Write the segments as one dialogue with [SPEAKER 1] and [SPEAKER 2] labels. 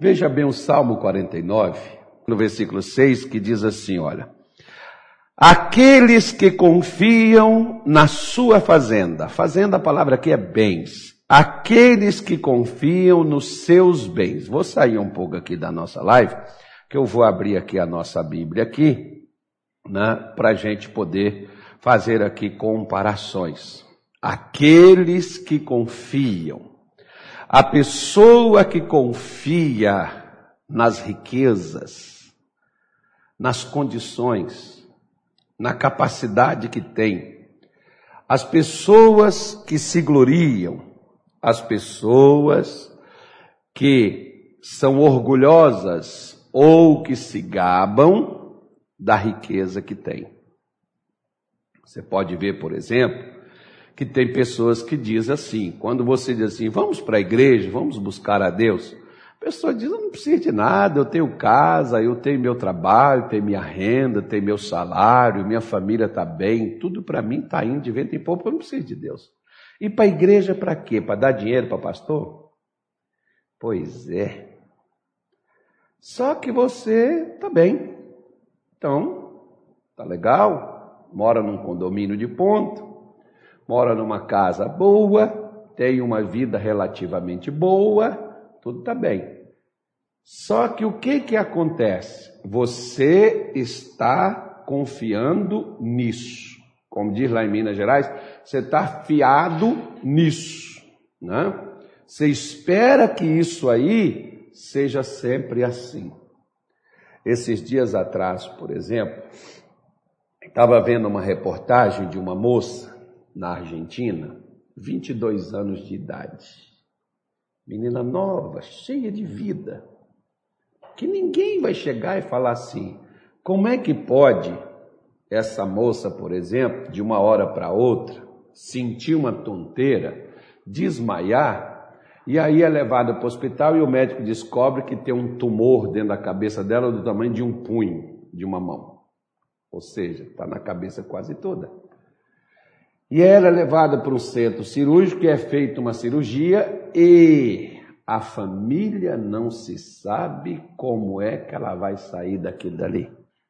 [SPEAKER 1] Veja bem o Salmo 49, no versículo 6, que diz assim, olha: aqueles que confiam na sua fazenda. Fazenda, a palavra aqui é bens. Aqueles que confiam nos seus bens. Vou sair um pouco aqui da nossa live, que eu vou abrir aqui a nossa Bíblia aqui, né, para a gente poder fazer aqui comparações. Aqueles que confiam. A pessoa que confia nas riquezas, nas condições, na capacidade que tem, as pessoas que se gloriam, as pessoas que são orgulhosas ou que se gabam da riqueza que tem. Você pode ver, por exemplo, que tem pessoas que dizem assim, quando você diz assim, vamos para a igreja, vamos buscar a Deus, a pessoa diz, eu não preciso de nada, eu tenho casa, eu tenho meu trabalho, tenho minha renda, tenho meu salário, minha família está bem, tudo para mim está indo de vento em popa, eu não preciso de Deus. E para a igreja para quê? Para dar dinheiro para pastor? Pois é. Só que você está bem. Então, está legal, mora num condomínio de ponto, mora numa casa boa, tem uma vida relativamente boa, tudo está bem. Só que o que acontece? Você está confiando nisso. Como diz lá em Minas Gerais, você está fiado nisso, né? Você espera que isso aí seja sempre assim. Esses dias atrás, por exemplo, estava vendo uma reportagem de uma moça na Argentina, 22 anos de idade. Menina nova, cheia de vida. Que ninguém vai chegar e falar assim, como é que pode essa moça, por exemplo, de uma hora para outra, sentir uma tonteira, desmaiar, e aí é levada para o hospital e o médico descobre que tem um tumor dentro da cabeça dela do tamanho de um punho de uma mão. Ou seja, está na cabeça quase toda. E ela é levada para um centro cirúrgico e é feita uma cirurgia e a família não se sabe como é que ela vai sair daquilo dali.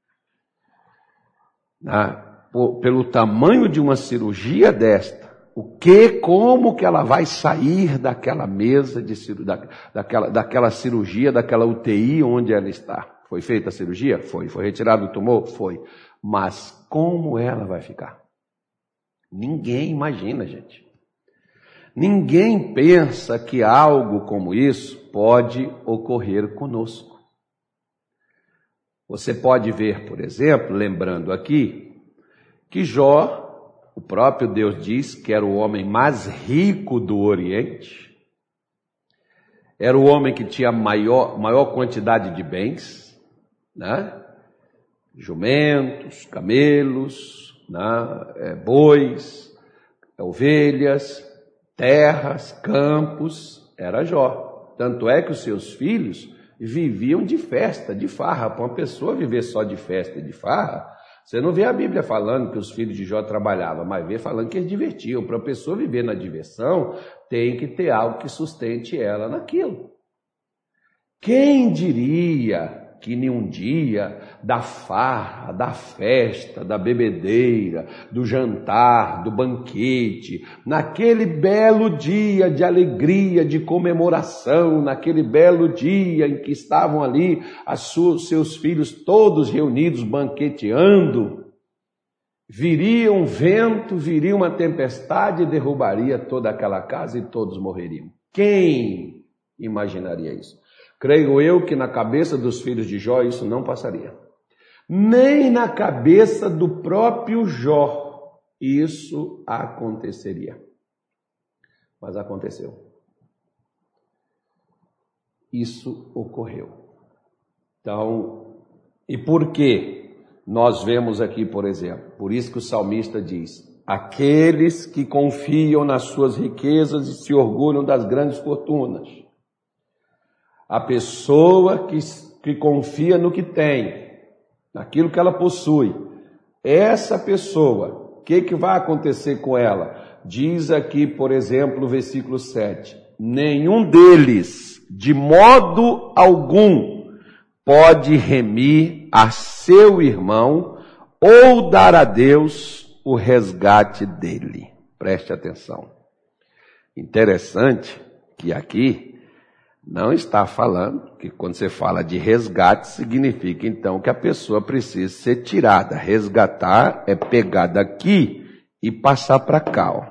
[SPEAKER 1] Pelo tamanho de uma cirurgia desta, como que ela vai sair daquela mesa de daquela cirurgia, daquela UTI onde ela está? Foi feita a cirurgia? Foi. Foi retirado o tumor? Foi. Mas como ela vai ficar? Ninguém imagina, gente. Ninguém pensa que algo como isso pode ocorrer conosco. Você pode ver, por exemplo, lembrando aqui, que Jó, o próprio Deus diz que era o homem mais rico do Oriente, era o homem que tinha maior quantidade de bens, né? Jumentos, camelos, né? Bois, ovelhas, terras, campos, era Jó. Tanto é que os seus filhos viviam de festa, de farra. Para uma pessoa viver só de festa e de farra, você não vê a Bíblia falando que os filhos de Jó trabalhavam, mas vê falando que eles divertiam. Para a pessoa viver na diversão, tem que ter algo que sustente ela naquilo. Quem diria que nenhum dia da farra, da festa, da bebedeira, do jantar, do banquete, naquele belo dia de alegria, de comemoração, naquele belo dia em que estavam ali seus filhos todos reunidos banqueteando, viria um vento, viria uma tempestade e derrubaria toda aquela casa e todos morreriam. Quem imaginaria isso? Creio eu que na cabeça dos filhos de Jó isso não passaria. Nem na cabeça do próprio Jó isso aconteceria. Mas aconteceu. Isso ocorreu. Então, e por quê? Nós vemos aqui, por exemplo, por isso que o salmista diz, aqueles que confiam nas suas riquezas e se orgulham das grandes fortunas. A pessoa que confia no que tem, naquilo que ela possui, essa pessoa, o que vai acontecer com ela? Diz aqui, por exemplo, o versículo 7, nenhum deles, de modo algum, pode remir a seu irmão ou dar a Deus o resgate dele. Preste atenção. Interessante que aqui não está falando que quando você fala de resgate, significa então que a pessoa precisa ser tirada. Resgatar é pegar daqui e passar para cá. Ó.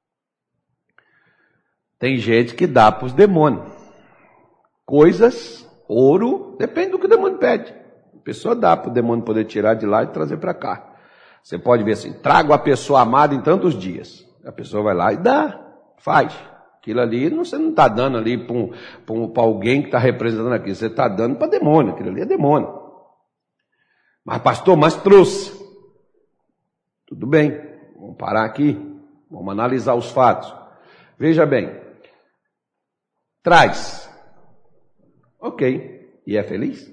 [SPEAKER 1] Tem gente que dá para os demônios. Coisas, ouro, depende do que o demônio pede. A pessoa dá para o demônio poder tirar de lá e trazer para cá. Você pode ver assim, trago a pessoa amada em tantos dias. A pessoa vai lá e dá, faz. Aquilo ali, você não está dando ali para alguém que está representando aqui. Você está dando para demônio, aquilo ali é demônio. Mas pastor, mas trouxe. Tudo bem, vamos parar aqui, vamos analisar os fatos. Veja bem, traz. Ok, e é feliz?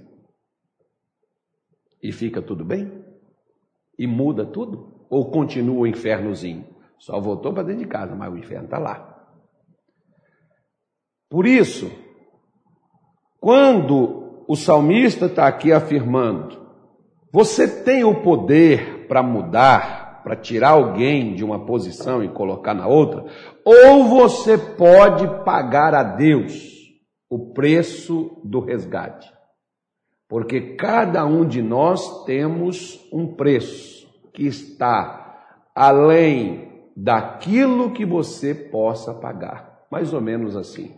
[SPEAKER 1] E fica tudo bem? E muda tudo? Ou continua o infernozinho? Só voltou para dentro de casa, mas o inferno está lá. Por isso, quando o salmista está aqui afirmando, você tem o poder para mudar, para tirar alguém de uma posição e colocar na outra, ou você pode pagar a Deus o preço do resgate. Porque cada um de nós temos um preço que está além daquilo que você possa pagar. Mais ou menos assim.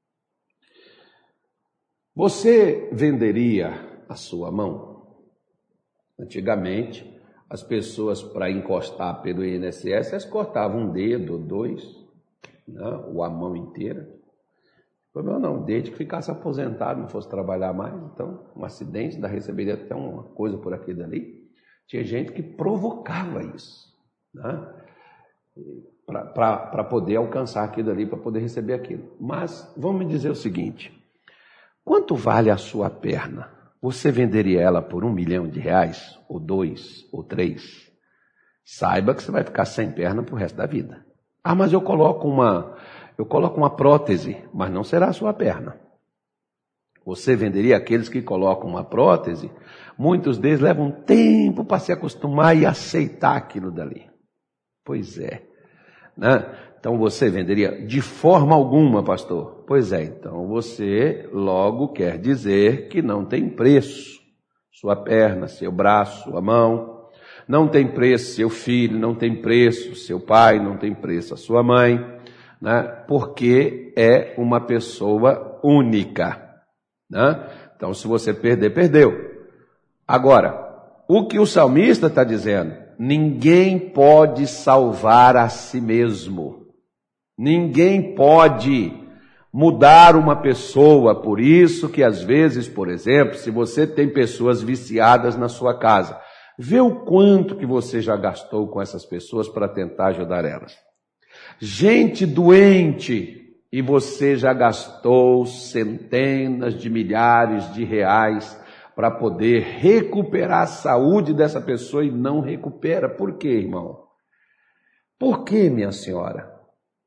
[SPEAKER 1] Você venderia a sua mão? Antigamente, as pessoas para encostar pelo INSS, elas cortavam um dedo, dois, né, ou a mão inteira. Não, desde que ficasse aposentado, não fosse trabalhar mais, então um acidente, ainda receberia até uma coisa por aqui e dali. Tinha gente que provocava isso, né, para poder alcançar aquilo ali, para poder receber aquilo. Mas vamos me dizer o seguinte, quanto vale a sua perna? Você venderia ela por R$1 milhão? Ou 2, ou 3? Saiba que você vai ficar sem perna para o resto da vida. Ah, mas eu coloco uma prótese, mas não será a sua perna. Você venderia aqueles que colocam uma prótese? Muitos deles levam tempo para se acostumar e aceitar aquilo dali. Pois é, né? Então você venderia de forma alguma, pastor? Pois é, então você logo quer dizer que não tem preço. Sua perna, seu braço, sua mão, não tem preço seu filho, não tem preço seu pai, não tem preço a sua mãe, né? Porque é uma pessoa única, né? Então se você perder, perdeu. Agora, o que o salmista está dizendo? Ninguém pode salvar a si mesmo. Ninguém pode mudar uma pessoa, por isso que às vezes, por exemplo, se você tem pessoas viciadas na sua casa, vê o quanto que você já gastou com essas pessoas para tentar ajudar elas. Gente doente, e você já gastou centenas de milhares de reais para poder recuperar a saúde dessa pessoa e não recupera. Por quê, irmão? Por quê, minha senhora?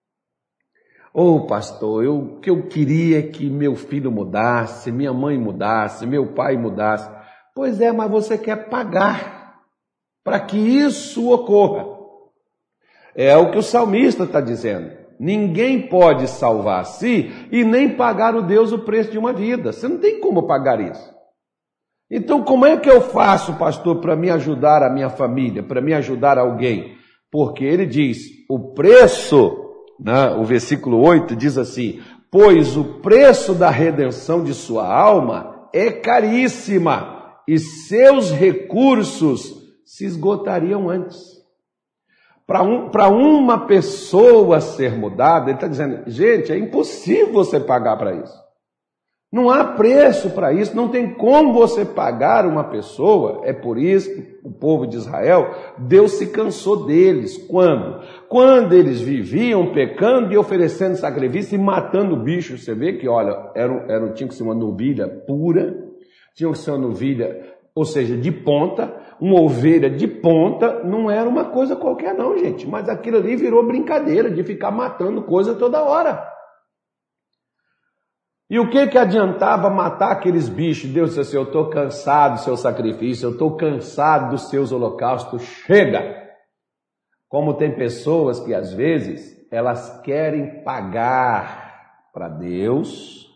[SPEAKER 1] Pastor, o que eu queria é que meu filho mudasse, minha mãe mudasse, meu pai mudasse. Pois é, mas você quer pagar para que isso ocorra. É o que o salmista está dizendo. Ninguém pode salvar a si e nem pagar o Deus o preço de uma vida. Você não tem como pagar isso. Então, como é que eu faço, pastor, para me ajudar a minha família, para me ajudar alguém? Porque ele diz, o preço... O versículo 8 diz assim, pois o preço da redenção de sua alma é caríssima e seus recursos se esgotariam antes. Para uma pessoa ser mudada, ele está dizendo, gente, é impossível você pagar para isso. Não há preço para isso, não tem como você pagar uma pessoa. É por isso que o povo de Israel, Deus se cansou deles. Quando? Quando eles viviam pecando e oferecendo sacrifício e matando bichos. Você vê que, olha, tinha que ser uma novilha pura, tinha que ser uma novilha, ou seja, de ponta, uma ovelha de ponta, não era uma coisa qualquer não, gente. Mas aquilo ali virou brincadeira de ficar matando coisa toda hora. E o que adiantava matar aqueles bichos? Deus disse assim, eu estou cansado do seu sacrifício, eu estou cansado dos seus holocaustos, chega! Como tem pessoas que às vezes elas querem pagar para Deus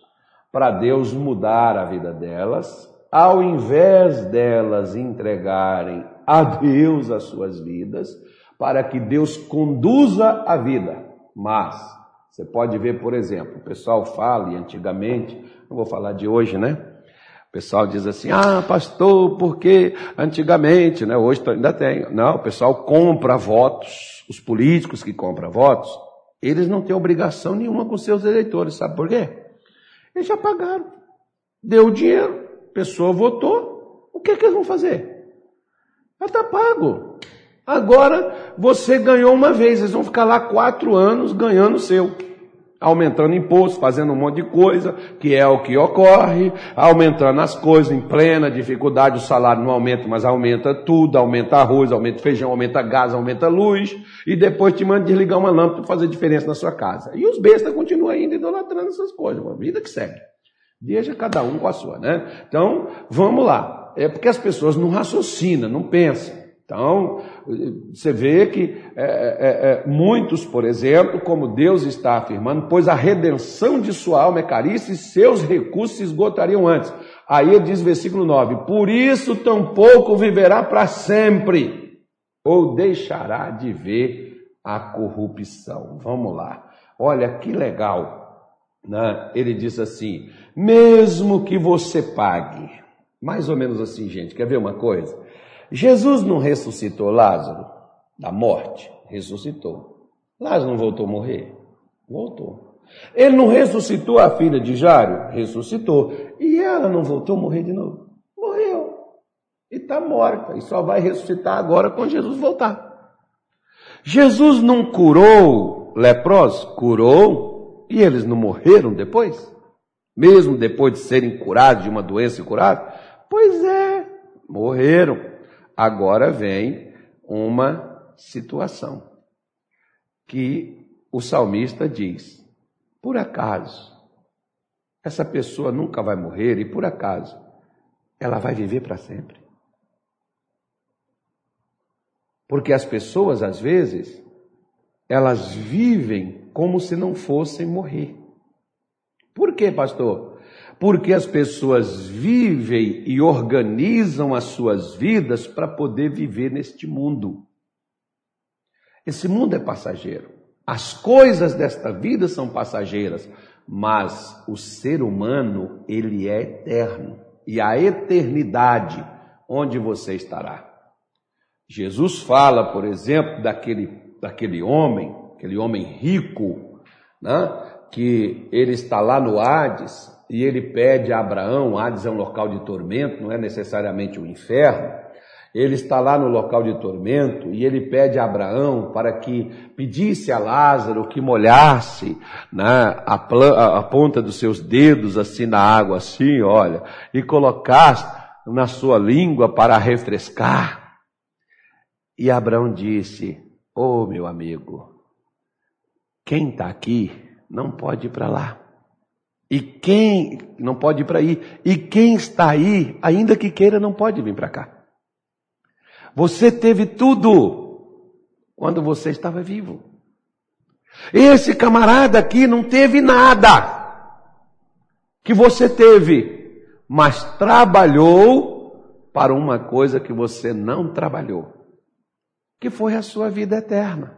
[SPEAKER 1] mudar a vida delas, ao invés delas entregarem a Deus as suas vidas, para que Deus conduza a vida. Mas você pode ver, por exemplo, o pessoal fala, e antigamente, não vou falar de hoje, né? O pessoal diz assim, pastor, porque antigamente, né? Hoje ainda tem. Não, o pessoal compra votos, os políticos que compram votos, eles não têm obrigação nenhuma com seus eleitores, sabe por quê? Eles já pagaram, deu o dinheiro, a pessoa votou, o que eles vão fazer? Já está pago. Agora você ganhou uma vez, eles vão ficar lá 4 anos ganhando o seu. Aumentando imposto, fazendo um monte de coisa, que é o que ocorre, aumentando as coisas em plena dificuldade, o salário não aumenta, mas aumenta tudo, aumenta arroz, aumenta feijão, aumenta gás, aumenta luz, e depois te manda desligar uma lâmpada para fazer diferença na sua casa. E os bestas continuam ainda idolatrando essas coisas, uma vida que segue. Deixa cada um com a sua, né? Então, vamos lá. É porque as pessoas não raciocinam, não pensam. Então, você vê que muitos, por exemplo, como Deus está afirmando, pois a redenção de sua alma é carícia e seus recursos se esgotariam antes. Aí ele diz, versículo 9, por isso tampouco viverá para sempre, ou deixará de ver a corrupção. Vamos lá. Olha que legal, né? Ele diz assim, mesmo que você pague, mais ou menos assim, gente, quer ver uma coisa? Jesus não ressuscitou Lázaro da morte? Ressuscitou. Lázaro não voltou a morrer? Voltou. Ele não ressuscitou a filha de Jairo? Ressuscitou. E ela não voltou a morrer de novo? Morreu. E está morta. E só vai ressuscitar agora quando Jesus voltar. Jesus não curou leprosos? Curou. E eles não morreram depois? Mesmo depois de serem curados de uma doença curada? Pois é, morreram. Agora vem uma situação que o salmista diz, por acaso, essa pessoa nunca vai morrer e por acaso, ela vai viver para sempre? Porque as pessoas, às vezes, elas vivem como se não fossem morrer. Por quê, pastor? Porque as pessoas vivem e organizam as suas vidas para poder viver neste mundo. Esse mundo é passageiro. As coisas desta vida são passageiras, mas o ser humano, ele é eterno. E a eternidade, onde você estará? Jesus fala, por exemplo, daquele homem rico, né? Que ele está lá no Hades, e ele pede a Abraão, Hades é um local de tormento, não é necessariamente o inferno, ele está lá no local de tormento, e ele pede a Abraão para que pedisse a Lázaro que molhasse, né, a ponta dos seus dedos assim na água, assim, olha, e colocasse na sua língua para refrescar. E Abraão disse, meu amigo, quem está aqui não pode ir para lá. E quem não pode ir para aí? E quem está aí, ainda que queira, não pode vir para cá. Você teve tudo quando você estava vivo. Esse camarada aqui não teve nada que você teve, mas trabalhou para uma coisa que você não trabalhou, que foi a sua vida eterna.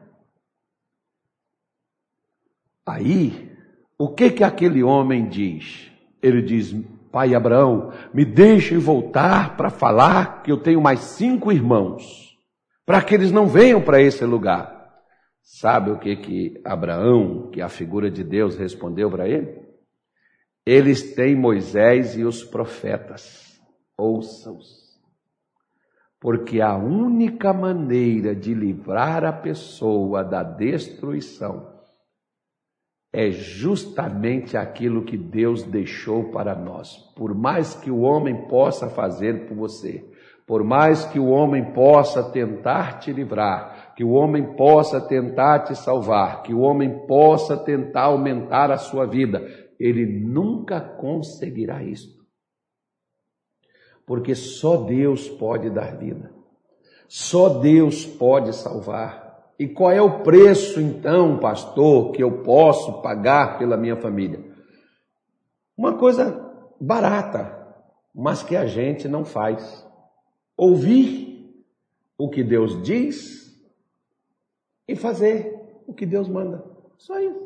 [SPEAKER 1] Aí, o que aquele homem diz? Ele diz, pai Abraão, me deixe voltar para falar que eu tenho mais 5 irmãos, para que eles não venham para esse lugar. Sabe o que Abraão, que é a figura de Deus, respondeu para ele? Eles têm Moisés e os profetas, ouçam-os. Porque a única maneira de livrar a pessoa da destruição é justamente aquilo que Deus deixou para nós. Por mais que o homem possa fazer por você, por mais que o homem possa tentar te livrar, que o homem possa tentar te salvar, que o homem possa tentar aumentar a sua vida, ele nunca conseguirá isto. Porque só Deus pode dar vida. Só Deus pode salvar. E qual é o preço, então, pastor, que eu posso pagar pela minha família? Uma coisa barata, mas que a gente não faz. Ouvir o que Deus diz e fazer o que Deus manda. Só isso.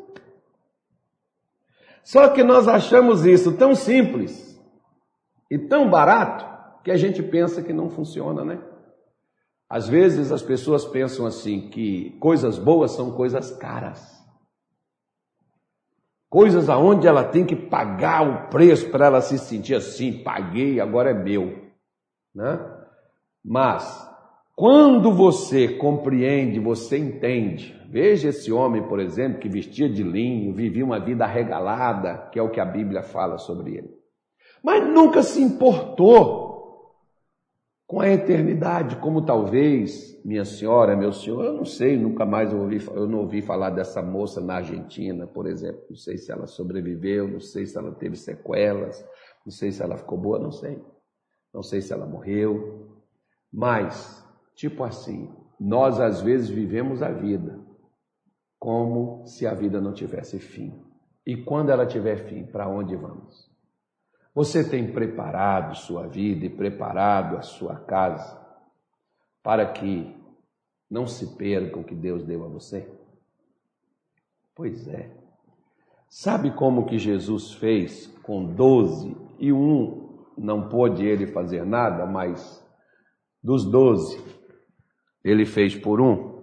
[SPEAKER 1] Só que nós achamos isso tão simples e tão barato que a gente pensa que não funciona, né? Às vezes as pessoas pensam assim, que coisas boas são coisas caras. Coisas aonde ela tem que pagar o preço para ela se sentir assim, paguei, agora é meu, né? Mas quando você compreende, você entende. Veja esse homem, por exemplo, que vestia de linho, vivia uma vida arregalada, que é o que a Bíblia fala sobre ele. Mas nunca se importou com a eternidade, como talvez minha senhora, meu senhor, eu não sei, nunca mais eu não ouvi falar dessa moça na Argentina, por exemplo. Não sei se ela sobreviveu, não sei se ela teve sequelas, não sei se ela ficou boa, não sei. Não sei se ela morreu. Mas, tipo assim, nós às vezes vivemos a vida como se a vida não tivesse fim. E quando ela tiver fim, para onde vamos? Você tem preparado sua vida e preparado a sua casa para que não se perca o que Deus deu a você? Pois é. Sabe como que Jesus fez com 12 e um não pôde ele fazer nada, mas dos 12 ele fez por um,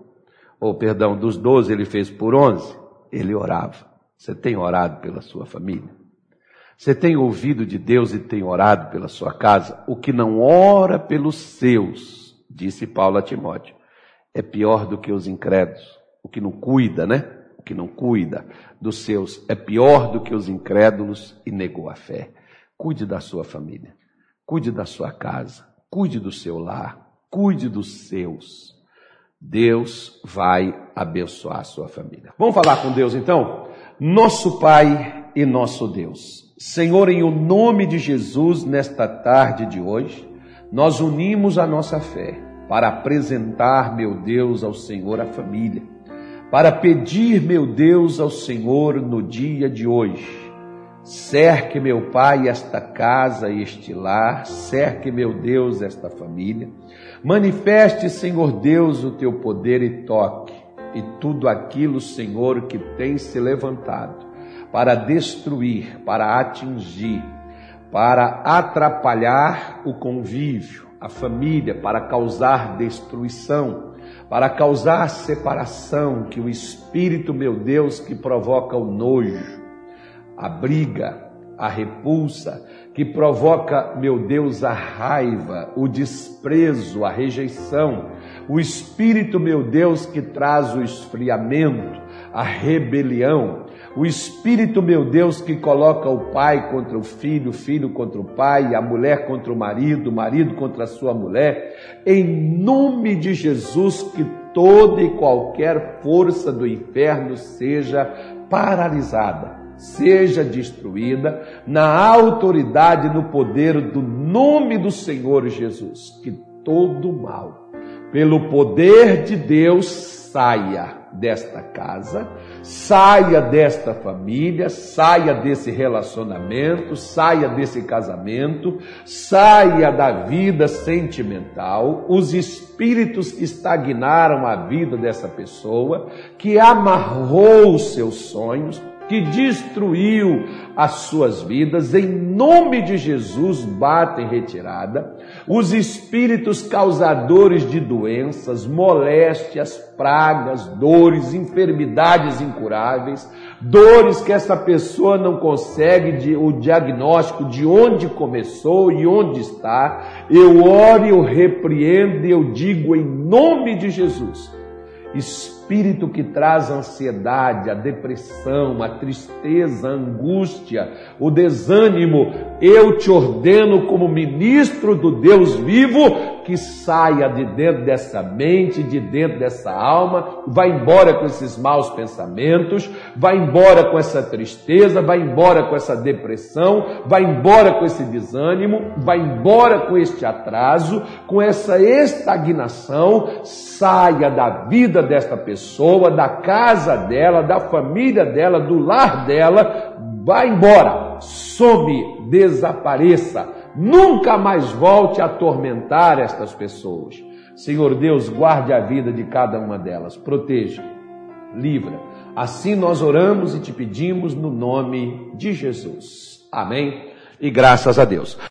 [SPEAKER 1] dos 12 ele fez por 11, ele orava. Você tem orado pela sua família? Você tem ouvido de Deus e tem orado pela sua casa? O que não ora pelos seus, disse Paulo a Timóteo, é pior do que os incrédulos. O que não cuida, né? O que não cuida dos seus é pior do que os incrédulos e negou a fé. Cuide da sua família, cuide da sua casa, cuide do seu lar, cuide dos seus. Deus vai abençoar a sua família. Vamos falar com Deus então? Nosso Pai e nosso Deus. Senhor, em o nome de Jesus, nesta tarde de hoje, nós unimos a nossa fé para apresentar, meu Deus, ao Senhor a família, para pedir, meu Deus, ao Senhor no dia de hoje. Cerque, meu Pai, esta casa e este lar, cerque, meu Deus, esta família. Manifeste, Senhor Deus, o teu poder e toque, e tudo aquilo, Senhor, que tem se levantado para destruir, para atingir, para atrapalhar o convívio, a família, para causar destruição, para causar separação, que o Espírito, meu Deus, que provoca o nojo, a briga, a repulsa, que provoca, meu Deus, a raiva, o desprezo, a rejeição, o Espírito, meu Deus, que traz o esfriamento, a rebelião, o Espírito, meu Deus, que coloca o pai contra o filho contra o pai, a mulher contra o marido contra a sua mulher, em nome de Jesus, que toda e qualquer força do inferno seja paralisada, seja destruída, na autoridade, no poder do nome do Senhor Jesus, que todo mal, pelo poder de Deus, saia desta casa, saia desta família, saia desse relacionamento, saia desse casamento, saia da vida sentimental, os espíritos que estagnaram a vida dessa pessoa, que amarrou os seus sonhos, que destruiu as suas vidas, em nome de Jesus, bata em retirada. Os espíritos causadores de doenças, moléstias, pragas, dores, enfermidades incuráveis, dores que essa pessoa não consegue o diagnóstico de onde começou e onde está, eu oro, eu repreendo e eu digo em nome de Jesus, espírito que traz a ansiedade, a depressão, a tristeza, a angústia, o desânimo, eu te ordeno como ministro do Deus vivo, que saia de dentro dessa mente, de dentro dessa alma, vai embora com esses maus pensamentos, vai embora com essa tristeza, vai embora com essa depressão, vai embora com esse desânimo, vai embora com este atraso, com essa estagnação, saia da vida desta pessoa, da casa dela, da família dela, do lar dela, vai embora, some, desapareça, nunca mais volte a atormentar estas pessoas. Senhor Deus, guarde a vida de cada uma delas, proteja, livra. Assim nós oramos e te pedimos no nome de Jesus. Amém? E graças a Deus.